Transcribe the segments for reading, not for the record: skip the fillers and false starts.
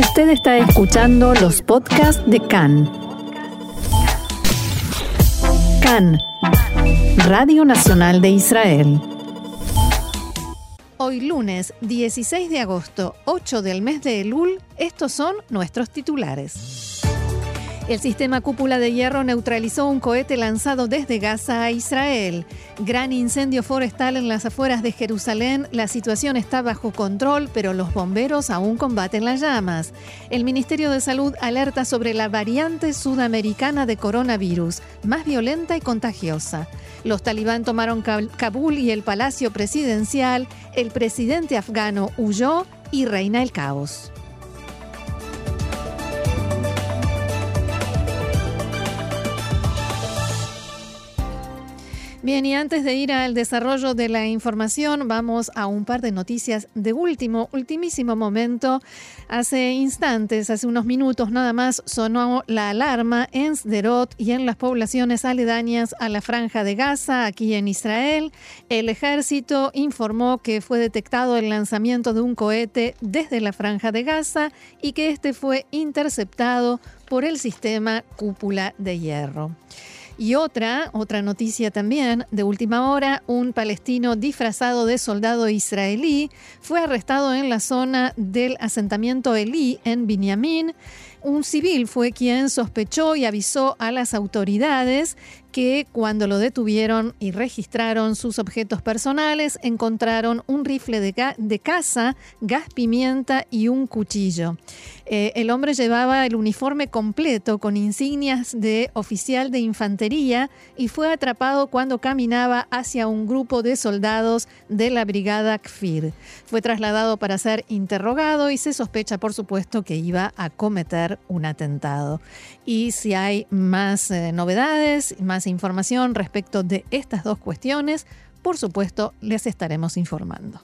Usted está escuchando los podcasts de CAN. CAN, Radio Nacional de Israel. Hoy lunes 16 de agosto, 8 del mes de Elul, estos son nuestros titulares. El sistema cúpula de hierro neutralizó un cohete lanzado desde Gaza a Israel. Gran incendio forestal en las afueras de Jerusalén. La situación está bajo control, pero los bomberos aún combaten las llamas. El Ministerio de Salud alerta sobre la variante sudamericana de coronavirus, más violenta y contagiosa. Los talibán tomaron Kabul y el Palacio Presidencial. El presidente afgano huyó y reina el caos. Bien, y antes de ir al desarrollo de la información, vamos a un par de noticias de ultimísimo momento. Hace instantes, hace unos minutos nada más, sonó la alarma en Sderot y en las poblaciones aledañas a la Franja de Gaza, aquí en Israel. El ejército informó que fue detectado el lanzamiento de un cohete desde la Franja de Gaza y que este fue interceptado por el sistema cúpula de hierro. Y otra noticia también de última hora, un palestino disfrazado de soldado israelí fue arrestado en la zona del asentamiento Elí en Binyamin. Un civil fue quien sospechó y avisó a las autoridades que cuando lo detuvieron y registraron sus objetos personales, encontraron un rifle de caza, gas pimienta y un cuchillo. El hombre llevaba el uniforme completo con insignias de oficial de infantería y fue atrapado cuando caminaba hacia un grupo de soldados de la brigada Kfir. Fue trasladado para ser interrogado y se sospecha, por supuesto, que iba a cometer un atentado. Y si hay más novedades, más información respecto de estas dos cuestiones, por supuesto, les estaremos informando.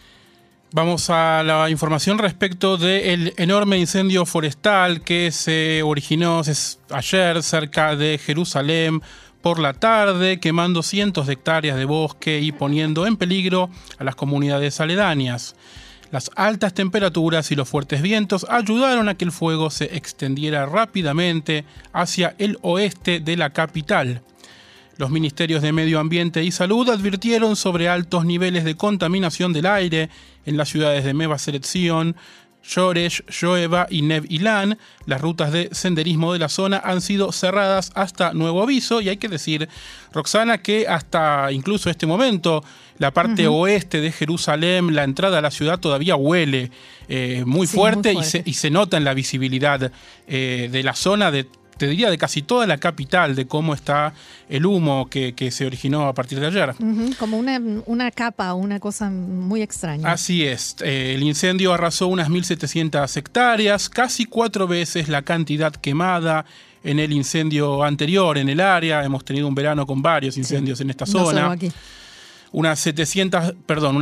Vamos a la información respecto del enorme incendio forestal que se originó ayer cerca de Jerusalén por la tarde, quemando cientos de hectáreas de bosque y poniendo en peligro a las comunidades aledañas. Las altas temperaturas y los fuertes vientos ayudaron a que el fuego se extendiera rápidamente hacia el oeste de la capital. Los ministerios de Medio Ambiente y Salud advirtieron sobre altos niveles de contaminación del aire en las ciudades de Mevaset Zion, Yoresh, Yoeva y Nev Ilan. Las rutas de senderismo de la zona han sido cerradas hasta nuevo aviso y hay que decir, Roxana, que hasta incluso este momento la parte oeste de Jerusalén, la entrada a la ciudad todavía huele muy fuerte, muy fuerte. Y se nota en la visibilidad de la zona te diría de casi toda la capital, de cómo está el humo que se originó a partir de ayer. Como una capa, una cosa muy extraña. Así es. El incendio arrasó unas 1.700 hectáreas, casi 4 veces la cantidad quemada en el incendio anterior en el área. Hemos tenido un verano con varios incendios en esta zona. Solo aquí. Unas 70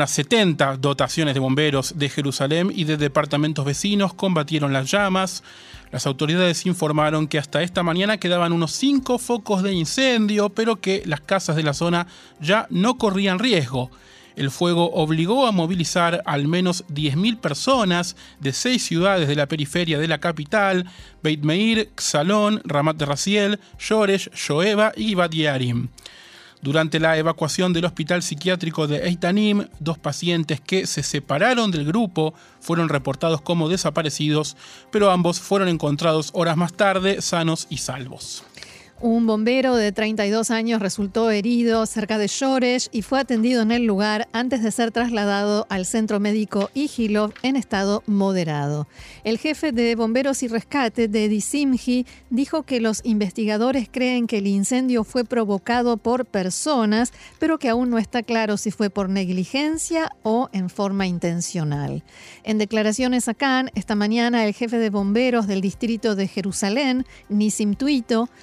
dotaciones de bomberos de Jerusalén y de departamentos vecinos combatieron las llamas. Las autoridades informaron que hasta esta mañana quedaban unos 5 focos de incendio, pero que las casas de la zona ya no corrían riesgo. El fuego obligó a movilizar al menos 10.000 personas de 6 ciudades de la periferia de la capital: Beit Meir, Ksalon, Ramat Raziel, Yoresh, Yoeva y Bat Yearim. Durante la evacuación del hospital psiquiátrico de Eitanim, 2 pacientes que se separaron del grupo fueron reportados como desaparecidos, pero ambos fueron encontrados horas más tarde sanos y salvos. Un bombero de 32 años resultó herido cerca de Yoresh y fue atendido en el lugar antes de ser trasladado al centro médico Ichilov en estado moderado. El jefe de bomberos y rescate de Disimji dijo que los investigadores creen que el incendio fue provocado por personas, pero que aún no está claro si fue por negligencia o en forma intencional. En declaraciones a CAN, esta mañana el jefe de bomberos del distrito de Jerusalén, Nissim Tuito, estimó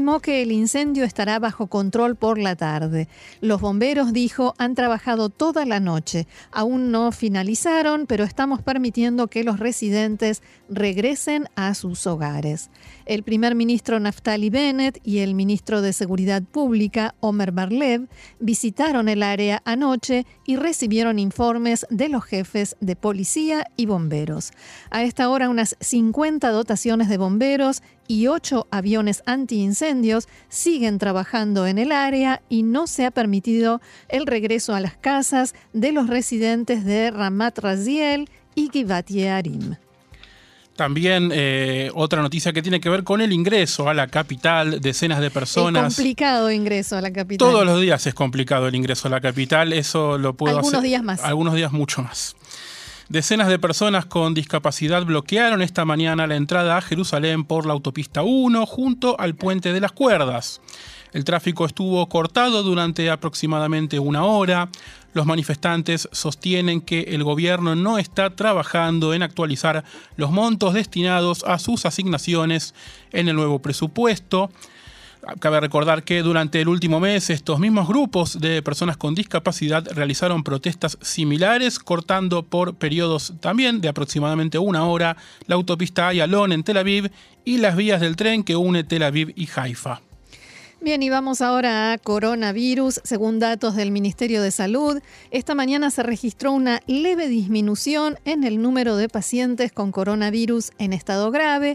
estimó que el incendio estará bajo control por la tarde. Los bomberos, dijo, han trabajado toda la noche. Aún no finalizaron, pero estamos permitiendo que los residentes regresen a sus hogares. El primer ministro Naftali Bennett y el ministro de Seguridad Pública, Omer Bar-Lev, visitaron el área anoche y recibieron informes de los jefes de policía y bomberos. A esta hora, unas 50 dotaciones de bomberos y 8 aviones antiincendios siguen trabajando en el área y no se ha permitido el regreso a las casas de los residentes de Ramat Raziel y Givat Yearim. También otra noticia que tiene que ver con el ingreso a la capital. Decenas de personas. Es complicado ingreso a la capital. Todos los días es complicado el ingreso a la capital. Eso lo puedo hacer. Algunos días más. Algunos días mucho más. Decenas de personas con discapacidad bloquearon esta mañana la entrada a Jerusalén por la autopista 1 junto al Puente de las Cuerdas. El tráfico estuvo cortado durante aproximadamente una hora. Los manifestantes sostienen que el gobierno no está trabajando en actualizar los montos destinados a sus asignaciones en el nuevo presupuesto. Cabe recordar que durante el último mes estos mismos grupos de personas con discapacidad realizaron protestas similares, cortando por periodos también de aproximadamente una hora la autopista Ayalon en Tel Aviv y las vías del tren que une Tel Aviv y Haifa. Bien, y vamos ahora a coronavirus. Según datos del Ministerio de Salud, esta mañana se registró una leve disminución en el número de pacientes con coronavirus en estado grave,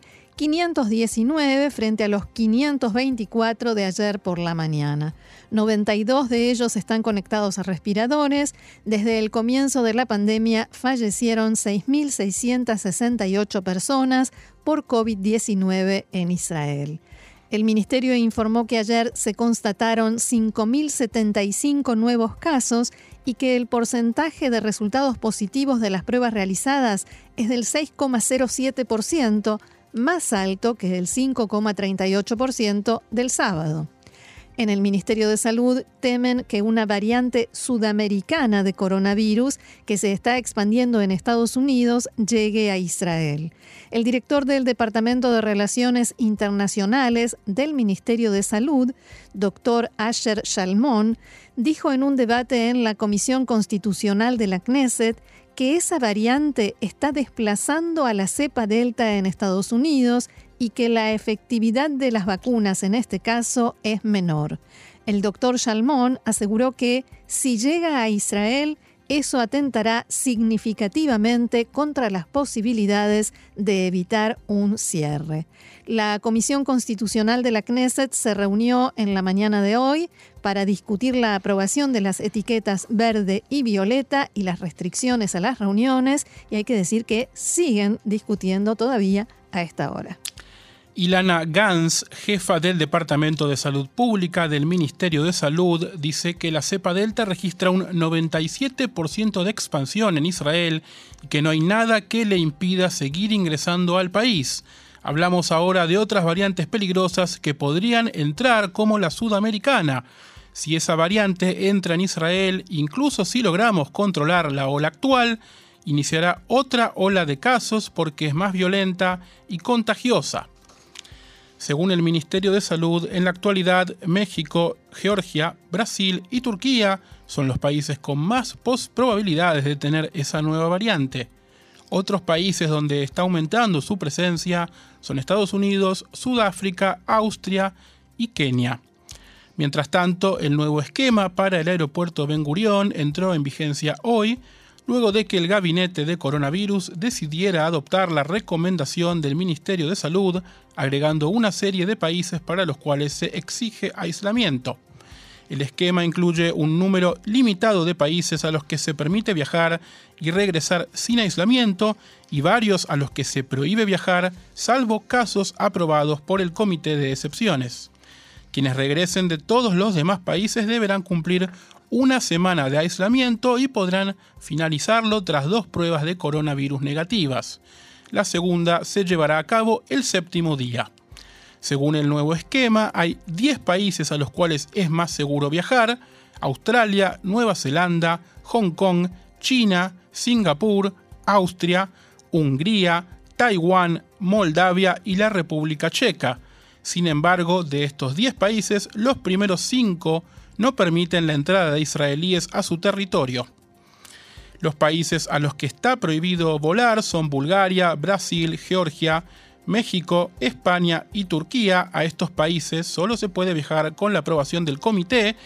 519 frente a los 524 de ayer por la mañana. 92 de ellos están conectados a respiradores. Desde el comienzo de la pandemia fallecieron 6.668 personas por COVID-19 en Israel. El ministerio informó que ayer se constataron 5.075 nuevos casos y que el porcentaje de resultados positivos de las pruebas realizadas es del 6,07%, más alto que el 5,38% del sábado. En el Ministerio de Salud temen que una variante sudamericana de coronavirus que se está expandiendo en Estados Unidos llegue a Israel. El director del Departamento de Relaciones Internacionales del Ministerio de Salud, Dr. Asher Shalmon, dijo en un debate en la Comisión Constitucional de la Knesset que esa variante está desplazando a la cepa Delta en Estados Unidos y que la efectividad de las vacunas en este caso es menor. El doctor Shalmon aseguró que si llega a Israel, eso atentará significativamente contra las posibilidades de evitar un cierre. La Comisión Constitucional de la Knesset se reunió en la mañana de hoy para discutir la aprobación de las etiquetas verde y violeta y las restricciones a las reuniones, y hay que decir que siguen discutiendo todavía a esta hora. Ilana Gans, jefa del Departamento de Salud Pública del Ministerio de Salud, dice que la cepa Delta registra un 97% de expansión en Israel y que no hay nada que le impida seguir ingresando al país. Hablamos ahora de otras variantes peligrosas que podrían entrar, como la sudamericana. Si esa variante entra en Israel, incluso si logramos controlar la ola actual, iniciará otra ola de casos porque es más violenta y contagiosa. Según el Ministerio de Salud, en la actualidad, México, Georgia, Brasil y Turquía son los países con más probabilidades de tener esa nueva variante. Otros países donde está aumentando su presencia son Estados Unidos, Sudáfrica, Austria y Kenia. Mientras tanto, el nuevo esquema para el aeropuerto Ben Gurión entró en vigencia hoy, luego de que el gabinete de coronavirus decidiera adoptar la recomendación del Ministerio de Salud, agregando una serie de países para los cuales se exige aislamiento. El esquema incluye un número limitado de países a los que se permite viajar y regresar sin aislamiento y varios a los que se prohíbe viajar, salvo casos aprobados por el Comité de Excepciones. Quienes regresen de todos los demás países deberán cumplir una semana de aislamiento y podrán finalizarlo tras 2 pruebas de coronavirus negativas. La segunda se llevará a cabo el 7º día. Según el nuevo esquema, hay 10 países a los cuales es más seguro viajar: Australia, Nueva Zelanda, Hong Kong, China, Singapur, Austria, Hungría, Taiwán, Moldavia y la República Checa. Sin embargo, de estos 10 países, los primeros 5 no permiten la entrada de israelíes a su territorio. Los países a los que está prohibido volar son Bulgaria, Brasil, Georgia, México, España y Turquía. A estos países solo se puede viajar con la aprobación del comité.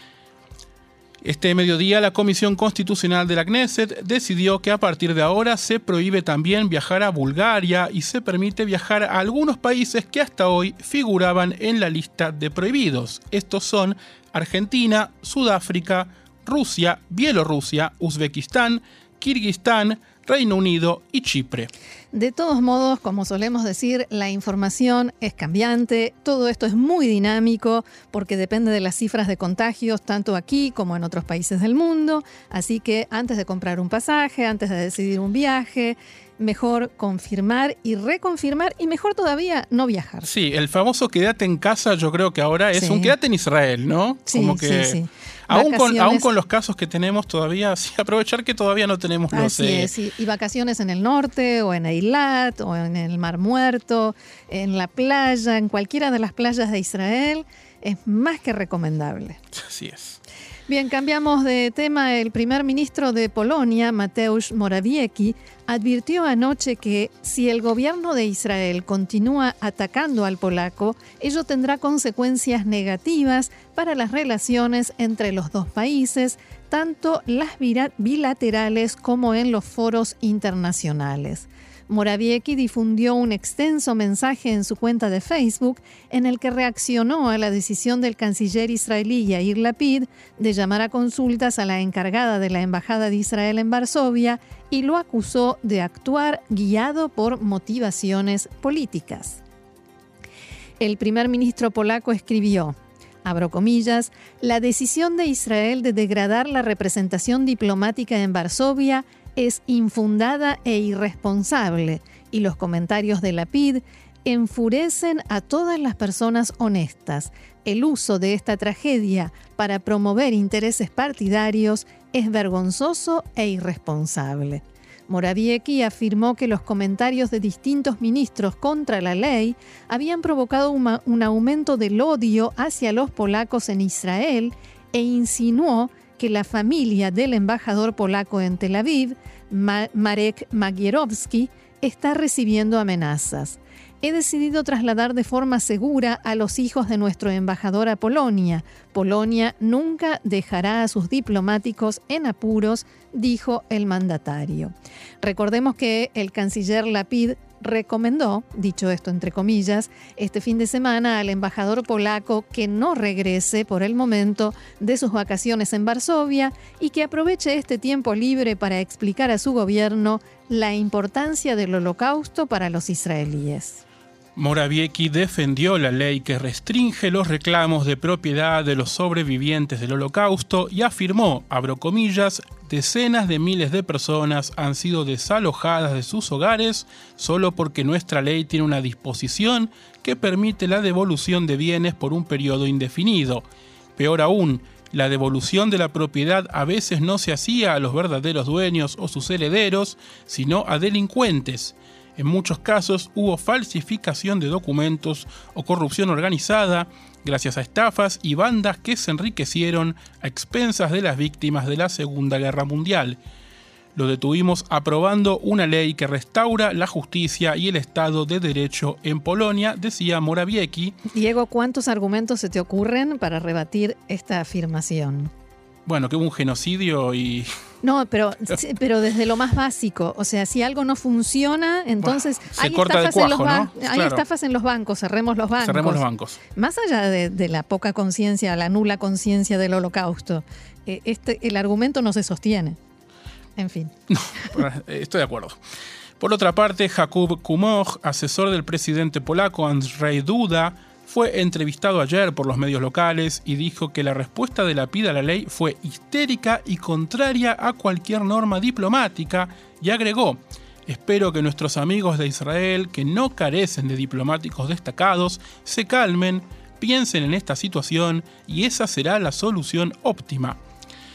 Este mediodía, la Comisión Constitucional de la Knesset decidió que a partir de ahora se prohíbe también viajar a Bulgaria y se permite viajar a algunos países que hasta hoy figuraban en la lista de prohibidos. Estos son Argentina, Sudáfrica, Rusia, Bielorrusia, Uzbekistán, Kirguistán, Reino Unido y Chipre. De todos modos, como solemos decir, la información es cambiante, todo esto es muy dinámico porque depende de las cifras de contagios tanto aquí como en otros países del mundo, así que antes de comprar un pasaje, antes de decidir un viaje, mejor confirmar y reconfirmar y mejor todavía no viajar. Sí, el famoso quédate en casa yo creo que ahora es un quédate en Israel, ¿no? Sí, como que sí. Aún con los casos que tenemos todavía, sí, aprovechar que todavía no tenemos los... Así es, sí. Y vacaciones en el norte, o en Eilat, o en el Mar Muerto, en la playa, en cualquiera de las playas de Israel, es más que recomendable. Así es. Bien, cambiamos de tema. El primer ministro de Polonia, Mateusz Morawiecki, advirtió anoche que si el gobierno de Israel continúa atacando al polaco, ello tendrá consecuencias negativas para las relaciones entre los dos países, tanto las bilaterales como en los foros internacionales. Morawiecki difundió un extenso mensaje en su cuenta de Facebook en el que reaccionó a la decisión del canciller israelí Yair Lapid de llamar a consultas a la encargada de la Embajada de Israel en Varsovia y lo acusó de actuar guiado por motivaciones políticas. El primer ministro polaco escribió, abro comillas, la decisión de Israel de degradar la representación diplomática en Varsovia es infundada e irresponsable y los comentarios de Lapid enfurecen a todas las personas honestas. El uso de esta tragedia para promover intereses partidarios es vergonzoso e irresponsable. Morawiecki afirmó que los comentarios de distintos ministros contra la ley habían provocado un aumento del odio hacia los polacos en Israel e insinuó que la familia del embajador polaco en Tel Aviv, Marek Magierowski, está recibiendo amenazas. He decidido trasladar de forma segura a los hijos de nuestro embajador a Polonia. Polonia nunca dejará a sus diplomáticos en apuros, dijo el mandatario. Recordemos que el canciller Lapid recomendó, dicho esto entre comillas, este fin de semana al embajador polaco que no regrese por el momento de sus vacaciones en Varsovia y que aproveche este tiempo libre para explicar a su gobierno la importancia del Holocausto para los israelíes. Morawiecki defendió la ley que restringe los reclamos de propiedad de los sobrevivientes del Holocausto y afirmó, abro comillas, decenas de miles de personas han sido desalojadas de sus hogares solo porque nuestra ley tiene una disposición que permite la devolución de bienes por un periodo indefinido. Peor aún, la devolución de la propiedad a veces no se hacía a los verdaderos dueños o sus herederos, sino a delincuentes. En muchos casos hubo falsificación de documentos o corrupción organizada gracias a estafas y bandas que se enriquecieron a expensas de las víctimas de la Segunda Guerra Mundial. Lo detuvimos aprobando una ley que restaura la justicia y el Estado de Derecho en Polonia, decía Morawiecki. Diego, ¿cuántos argumentos se te ocurren para rebatir esta afirmación? Bueno, que hubo un genocidio y... No, pero desde lo más básico. O sea, si algo no funciona, entonces hay estafas en los bancos, cerremos los bancos. Más allá de la poca conciencia, la nula conciencia del Holocausto, el argumento no se sostiene. En fin. No, estoy de acuerdo. Por otra parte, Jakub Kumok, asesor del presidente polaco Andrzej Duda, fue entrevistado ayer por los medios locales y dijo que la respuesta de Lapid a la ley fue histérica y contraria a cualquier norma diplomática y agregó, espero que nuestros amigos de Israel, que no carecen de diplomáticos destacados, se calmen, piensen en esta situación y esa será la solución óptima.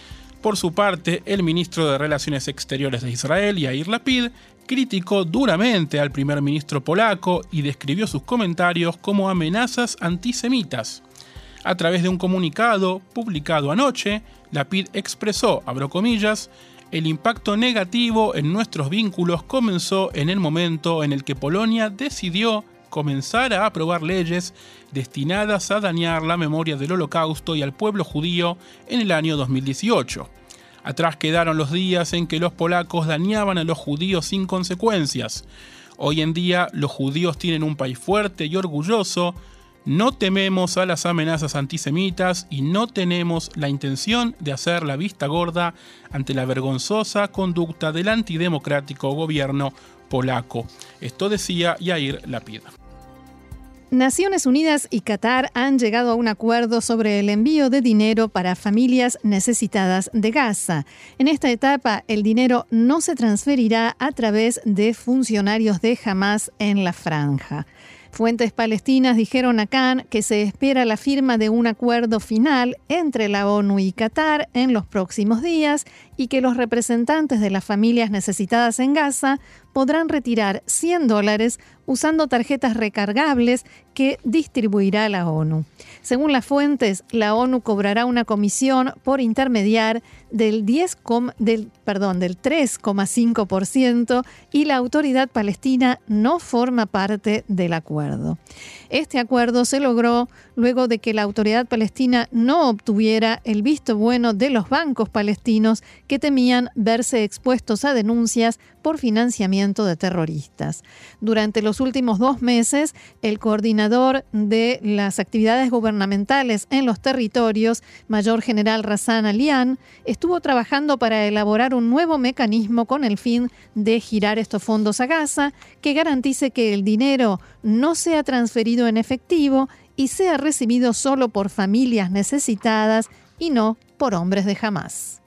Por su parte, el ministro de Relaciones Exteriores de Israel, Yair Lapid, criticó duramente al primer ministro polaco y describió sus comentarios como amenazas antisemitas. A través de un comunicado publicado anoche, Lapid expresó, abro comillas, el impacto negativo en nuestros vínculos comenzó en el momento en el que Polonia decidió comenzar a aprobar leyes destinadas a dañar la memoria del Holocausto y al pueblo judío en el año 2018. Atrás quedaron los días en que los polacos dañaban a los judíos sin consecuencias. Hoy en día los judíos tienen un país fuerte y orgulloso. No tememos a las amenazas antisemitas y no tenemos la intención de hacer la vista gorda ante la vergonzosa conducta del antidemocrático gobierno polaco. Esto decía Yair Lapid. Naciones Unidas y Qatar han llegado a un acuerdo sobre el envío de dinero para familias necesitadas de Gaza. En esta etapa, el dinero no se transferirá a través de funcionarios de Hamás en la franja. Fuentes palestinas dijeron a Cannes que se espera la firma de un acuerdo final entre la ONU y Qatar en los próximos días y que los representantes de las familias necesitadas en Gaza podrán retirar $100 usando tarjetas recargables que distribuirá la ONU. Según las fuentes, la ONU cobrará una comisión por intermediar del 3,5% y la autoridad palestina no forma parte del acuerdo. Este acuerdo se logró luego de que la autoridad palestina no obtuviera el visto bueno de los bancos palestinos que temían verse expuestos a denuncias por financiamiento de terroristas. Durante los últimos 2 meses, el coordinador de las actividades gubernamentales en los territorios, Mayor General Razan Alian, estuvo trabajando para elaborar un nuevo mecanismo con el fin de girar estos fondos a Gaza, que garantice que el dinero no sea transferido en efectivo y sea recibido solo por familias necesitadas y no por hombres de Hamás.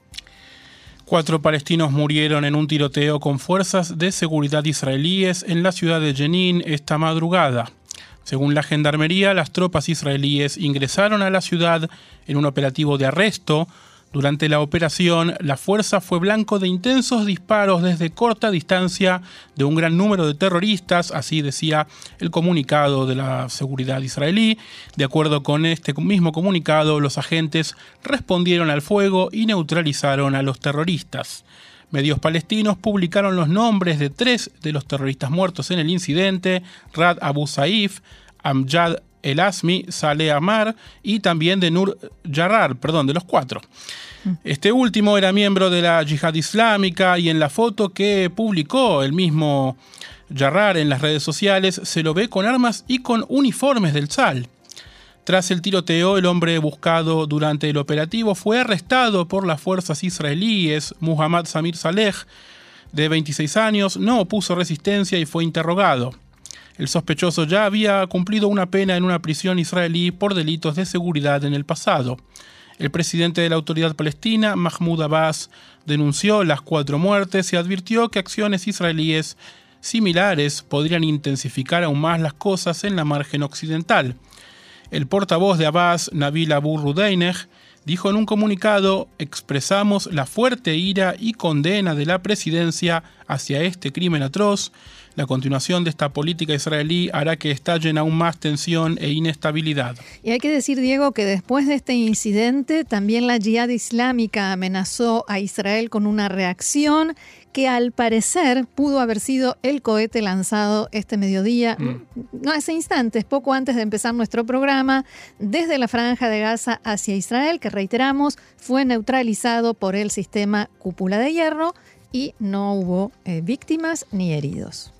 4 palestinos murieron en un tiroteo con fuerzas de seguridad israelíes en la ciudad de Jenin esta madrugada. Según la gendarmería, las tropas israelíes ingresaron a la ciudad en un operativo de arresto. Durante la operación, la fuerza fue blanco de intensos disparos desde corta distancia de un gran número de terroristas, así decía el comunicado de la seguridad israelí. De acuerdo con este mismo comunicado, los agentes respondieron al fuego y neutralizaron a los terroristas. Medios palestinos publicaron los nombres de 3 de los terroristas muertos en el incidente: Rad Abu Saif, Amjad El-Asmi, Saleh Amar y también de Nur Jarrar, de los 4. Este último era miembro de la Yihad Islámica y en la foto que publicó el mismo Jarrar en las redes sociales se lo ve con armas y con uniformes del Tzal. Tras el tiroteo, el hombre buscado durante el operativo fue arrestado por las fuerzas israelíes. Muhammad Samir Saleh, de 26 años, no opuso resistencia y fue interrogado. El sospechoso ya había cumplido una pena en una prisión israelí por delitos de seguridad en el pasado. El presidente de la Autoridad Palestina, Mahmoud Abbas, denunció las 4 muertes y advirtió que acciones israelíes similares podrían intensificar aún más las cosas en la margen occidental. El portavoz de Abbas, Nabil Abu Rudeinech, dijo en un comunicado: expresamos la fuerte ira y condena de la presidencia hacia este crimen atroz. La continuación de esta política israelí hará que estallen aún más tensión e inestabilidad. Y hay que decir, Diego, que después de este incidente, también la Yihad Islámica amenazó a Israel con una reacción que al parecer pudo haber sido el cohete lanzado este mediodía, no hace instantes, poco antes de empezar nuestro programa, desde la Franja de Gaza hacia Israel, que reiteramos, fue neutralizado por el sistema Cúpula de Hierro y no hubo víctimas ni heridos.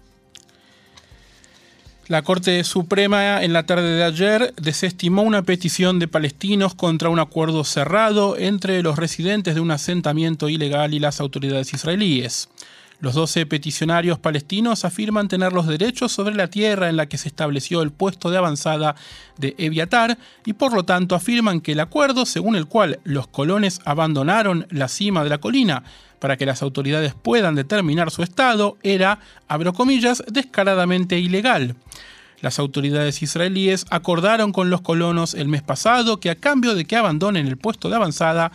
La Corte Suprema en la tarde de ayer desestimó una petición de palestinos contra un acuerdo cerrado entre los residentes de un asentamiento ilegal y las autoridades israelíes. Los 12 peticionarios palestinos afirman tener los derechos sobre la tierra en la que se estableció el puesto de avanzada de Eviatar y por lo tanto afirman que el acuerdo según el cual los colones abandonaron la cima de la colina para que las autoridades puedan determinar su estado era, abro comillas, descaradamente ilegal. Las autoridades israelíes acordaron con los colonos el mes pasado que a cambio de que abandonen el puesto de avanzada,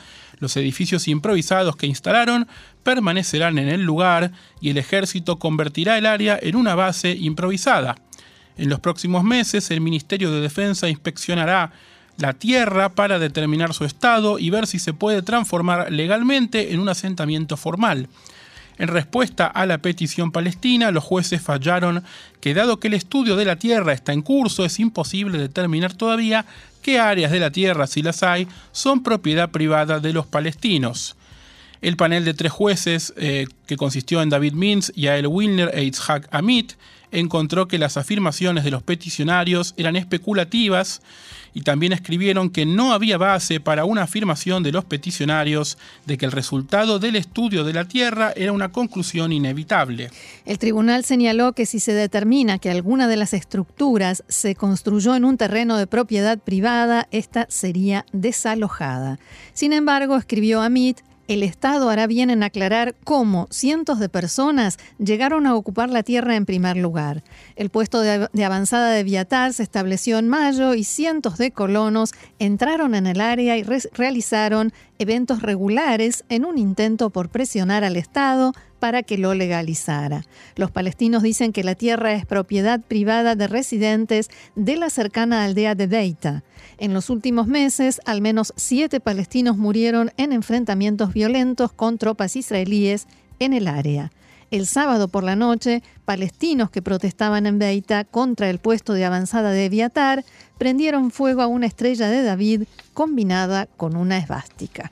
Los edificios improvisados que instalaron permanecerán en el lugar y el ejército convertirá el área en una base improvisada. En los próximos meses, el Ministerio de Defensa inspeccionará la tierra para determinar su estado y ver si se puede transformar legalmente en un asentamiento formal. En respuesta a la petición palestina, los jueces fallaron que dado que el estudio de la tierra está en curso, es imposible determinar todavía qué áreas de la tierra, si las hay, son propiedad privada de los palestinos. El panel de 3 jueces, que consistió en David Mintz, Yael Wilner e Itzhak Amit, encontró que las afirmaciones de los peticionarios eran especulativas y también escribieron que no había base para una afirmación de los peticionarios de que el resultado del estudio de la tierra era una conclusión inevitable. El tribunal señaló que si se determina que alguna de las estructuras se construyó en un terreno de propiedad privada, esta sería desalojada. Sin embargo, escribió Amit, el Estado hará bien en aclarar cómo cientos de personas llegaron a ocupar la tierra en primer lugar. El puesto de avanzada de Eviatar se estableció en mayo y cientos de colonos entraron en el área y realizaron eventos regulares en un intento por presionar al Estado para que lo legalizara. Los palestinos dicen que la tierra es propiedad privada de residentes de la cercana aldea de Beita. En los últimos meses, al menos 7 palestinos murieron en enfrentamientos violentos con tropas israelíes en el área. El sábado por la noche, palestinos que protestaban en Beita contra el puesto de avanzada de Eviatar prendieron fuego a una estrella de David combinada con una esvástica.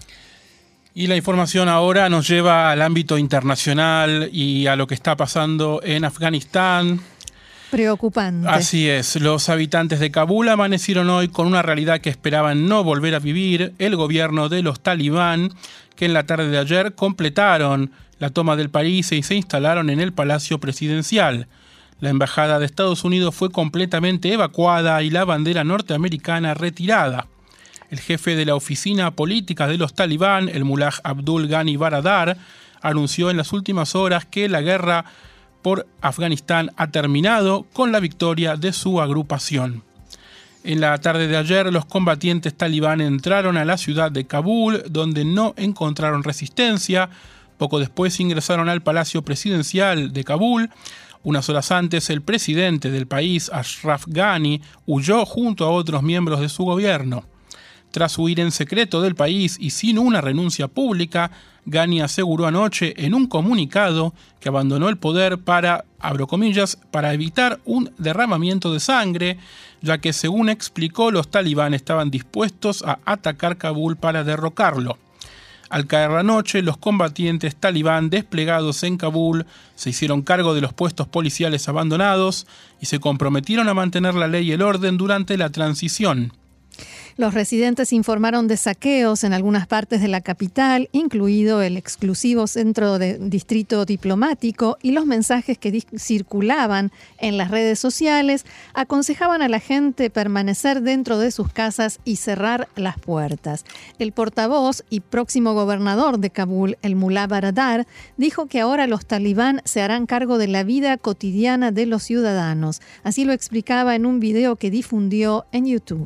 Y la información ahora nos lleva al ámbito internacional y a lo que está pasando en Afganistán. Preocupante. Así es, los habitantes de Kabul amanecieron hoy con una realidad que esperaban no volver a vivir. El gobierno de los talibán, que en la tarde de ayer completaron la toma del país y se instalaron en el Palacio Presidencial. La embajada de Estados Unidos fue completamente evacuada y la bandera norteamericana retirada. El jefe de la oficina política de los talibán, el Mullah Abdul Ghani Baradar, anunció en las últimas horas que la guerra por Afganistán ha terminado con la victoria de su agrupación. En la tarde de ayer, los combatientes talibán entraron a la ciudad de Kabul, donde no encontraron resistencia. Poco después ingresaron al Palacio Presidencial de Kabul. Unas horas antes, el presidente del país, Ashraf Ghani, huyó junto a otros miembros de su gobierno. Tras huir en secreto del país y sin una renuncia pública, Ghani aseguró anoche en un comunicado que abandonó el poder para, abro comillas, para evitar un derramamiento de sangre, ya que, según explicó, los talibán estaban dispuestos a atacar Kabul para derrocarlo. Al caer la noche, los combatientes talibán desplegados en Kabul se hicieron cargo de los puestos policiales abandonados y se comprometieron a mantener la ley y el orden durante la transición. Los residentes informaron de saqueos en algunas partes de la capital, incluido el exclusivo centro de distrito diplomático, y los mensajes que circulaban en las redes sociales aconsejaban a la gente permanecer dentro de sus casas y cerrar las puertas. El portavoz y próximo gobernador de Kabul, el Mullah Baradar, dijo que ahora los talibán se harán cargo de la vida cotidiana de los ciudadanos. Así lo explicaba en un video que difundió en YouTube.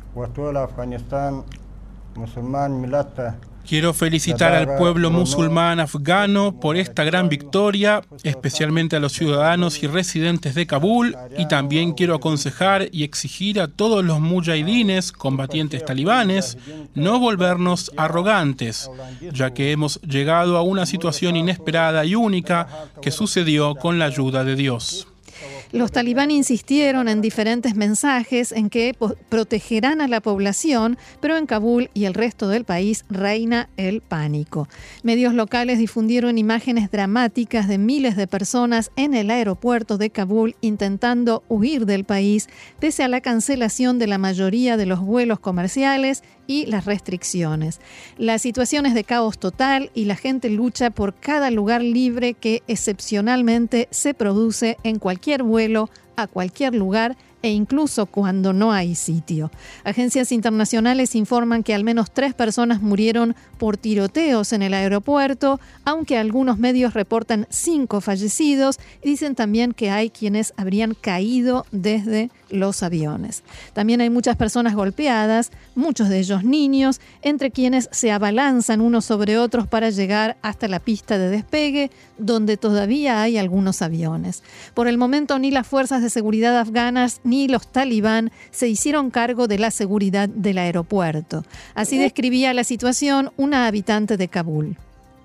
Quiero felicitar al pueblo musulmán afgano por esta gran victoria, especialmente a los ciudadanos y residentes de Kabul, y también quiero aconsejar y exigir a todos los mujahidines, combatientes talibanes, no volvernos arrogantes, ya que hemos llegado a una situación inesperada y única que sucedió con la ayuda de Dios. Los talibán insistieron en diferentes mensajes en que protegerán a la población, pero en Kabul y el resto del país reina el pánico. Medios locales difundieron imágenes dramáticas de miles de personas en el aeropuerto de Kabul intentando huir del país, pese a la cancelación de la mayoría de los vuelos comerciales y las restricciones. La situación es de caos total y la gente lucha por cada lugar libre que excepcionalmente se produce en cualquier vuelo a cualquier lugar e incluso cuando no hay sitio. Agencias internacionales informan que al menos 3 personas murieron por tiroteos en el aeropuerto, aunque algunos medios reportan 5 fallecidos y dicen también que hay quienes habrían caído desde los aviones. También hay muchas personas golpeadas, muchos de ellos niños, entre quienes se abalanzan unos sobre otros para llegar hasta la pista de despegue, donde todavía hay algunos aviones. Por el momento, ni las fuerzas de seguridad afganas ni los talibán se hicieron cargo de la seguridad del aeropuerto. Así describía la situación una habitante de Kabul.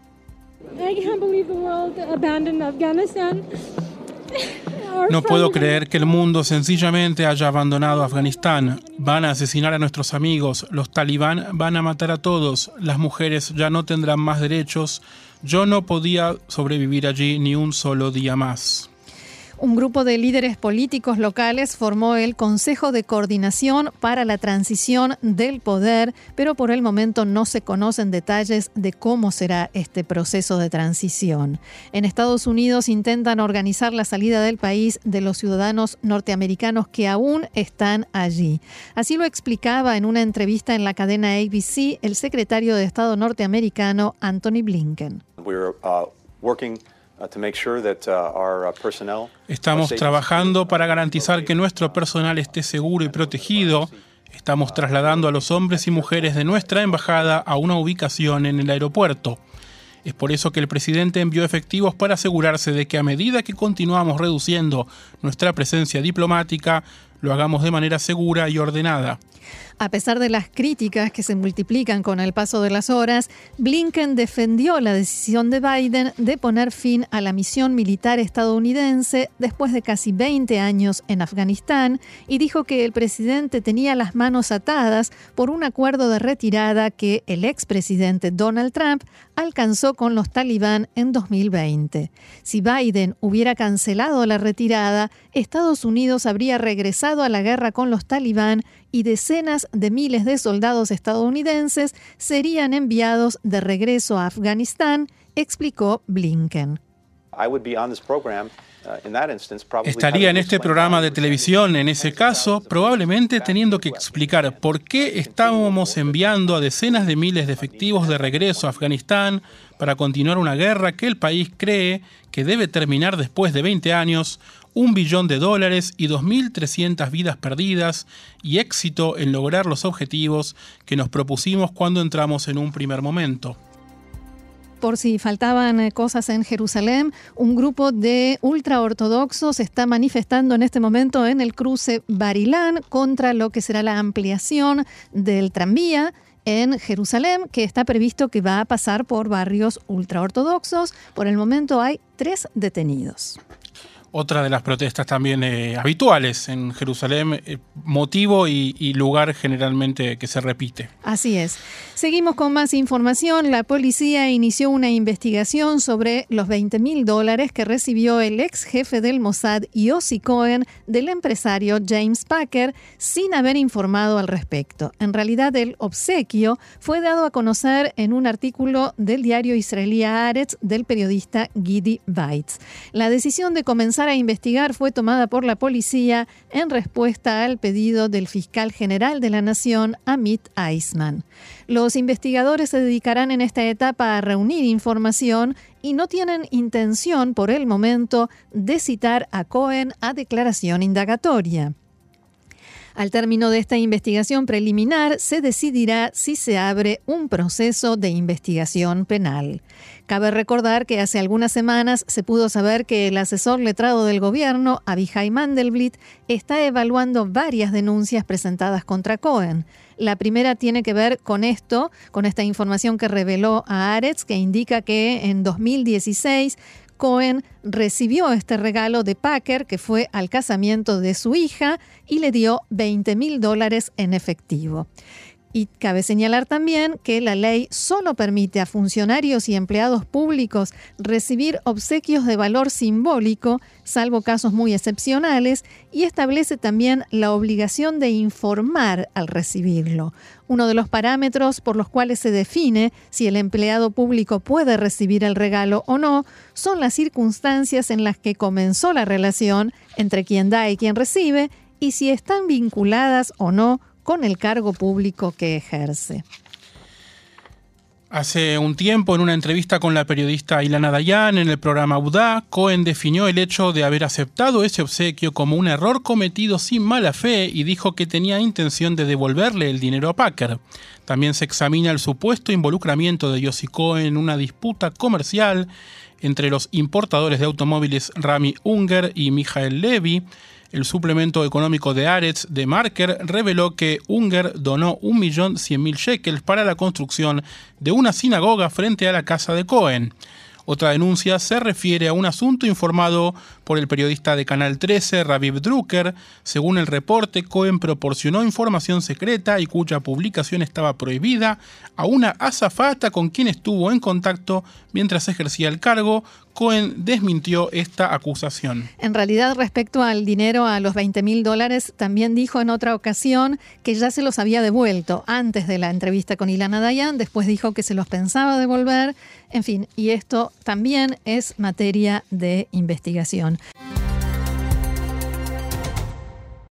No puedo creer que el mundo sencillamente haya abandonado Afganistán. Van a asesinar a nuestros amigos, los talibán van a matar a todos, las mujeres ya no tendrán más derechos. Yo no podía sobrevivir allí ni un solo día más. Un grupo de líderes políticos locales formó el Consejo de Coordinación para la Transición del Poder, pero por el momento no se conocen detalles de cómo será este proceso de transición. En Estados Unidos intentan organizar la salida del país de los ciudadanos norteamericanos que aún están allí. Así lo explicaba en una entrevista en la cadena ABC el secretario de Estado norteamericano Antony Blinken. Estamos trabajando para garantizar que nuestro personal esté seguro y protegido. Estamos trasladando a los hombres y mujeres de nuestra embajada a una ubicación en el aeropuerto. Es por eso que el presidente envió efectivos para asegurarse de que a medida que continuamos reduciendo nuestra presencia diplomática, lo hagamos de manera segura y ordenada. A pesar de las críticas que se multiplican con el paso de las horas, Blinken defendió la decisión de Biden de poner fin a la misión militar estadounidense después de casi 20 años en Afganistán y dijo que el presidente tenía las manos atadas por un acuerdo de retirada que el expresidente Donald Trump alcanzó con los talibán en 2020. Si Biden hubiera cancelado la retirada, Estados Unidos habría regresado a la guerra con los talibán y decenas de miles de soldados estadounidenses serían enviados de regreso a Afganistán, explicó Blinken. Estaría en este programa de televisión, en ese caso, probablemente teniendo que explicar por qué estábamos enviando a decenas de miles de efectivos de regreso a Afganistán para continuar una guerra que el país cree que debe terminar después de 20 años, $1 billón y 2.300 vidas perdidas y éxito en lograr los objetivos que nos propusimos cuando entramos en un primer momento. Por si faltaban cosas en Jerusalén, un grupo de ultraortodoxos está manifestando en este momento en el cruce Bar-Ilán contra lo que será la ampliación del tranvía en Jerusalén, que está previsto que va a pasar por barrios ultraortodoxos. Por el momento hay 3 detenidos. Otra de las protestas también habituales en Jerusalén, motivo y lugar generalmente que se repite. Así es. Seguimos con más información. La policía inició una investigación sobre los $20,000 que recibió el ex jefe del Mossad, Yossi Cohen, del empresario James Packer, sin haber informado al respecto. En realidad, el obsequio fue dado a conocer en un artículo del diario israelí Haaretz del periodista Gidi Weitz. La decisión de comenzar a investigar fue tomada por la policía en respuesta al pedido del fiscal general de la Nación, Amit Eisman. Los investigadores se dedicarán en esta etapa a reunir información y no tienen intención por el momento de citar a Cohen a declaración indagatoria. Al término de esta investigación preliminar, se decidirá si se abre un proceso de investigación penal. Cabe recordar que hace algunas semanas se pudo saber que el asesor letrado del gobierno, Abihai Mandelblit, está evaluando varias denuncias presentadas contra Cohen. La primera tiene que ver con esto, con esta información que reveló a Haaretz, que indica que en 2016 Cohen recibió este regalo de Packer, que fue al casamiento de su hija, y le dio $20,000 en efectivo. Y cabe señalar también que la ley solo permite a funcionarios y empleados públicos recibir obsequios de valor simbólico, salvo casos muy excepcionales, y establece también la obligación de informar al recibirlo. Uno de los parámetros por los cuales se define si el empleado público puede recibir el regalo o no son las circunstancias en las que comenzó la relación entre quien da y quien recibe y si están vinculadas o no con el cargo público que ejerce. Hace un tiempo, en una entrevista con la periodista Ilana Dayan en el programa Udá, Cohen definió el hecho de haber aceptado ese obsequio como un error cometido sin mala fe y dijo que tenía intención de devolverle el dinero a Packard. También se examina el supuesto involucramiento de Yossi Cohen en una disputa comercial entre los importadores de automóviles Rami Unger y Michael Levy. El suplemento económico de Haaretz de Marker reveló que Unger donó 1.100.000 shekels para la construcción de una sinagoga frente a la casa de Cohen. Otra denuncia se refiere a un asunto informado por el periodista de Canal 13, Raviv Drucker. Según el reporte, Cohen proporcionó información secreta y cuya publicación estaba prohibida a una azafata con quien estuvo en contacto mientras ejercía el cargo. Cohen desmintió esta acusación. En realidad, respecto al dinero, a los $20,000, también dijo en otra ocasión que ya se los había devuelto antes de la entrevista con Ilana Dayan, después dijo que se los pensaba devolver, en fin, y esto también es materia de investigación.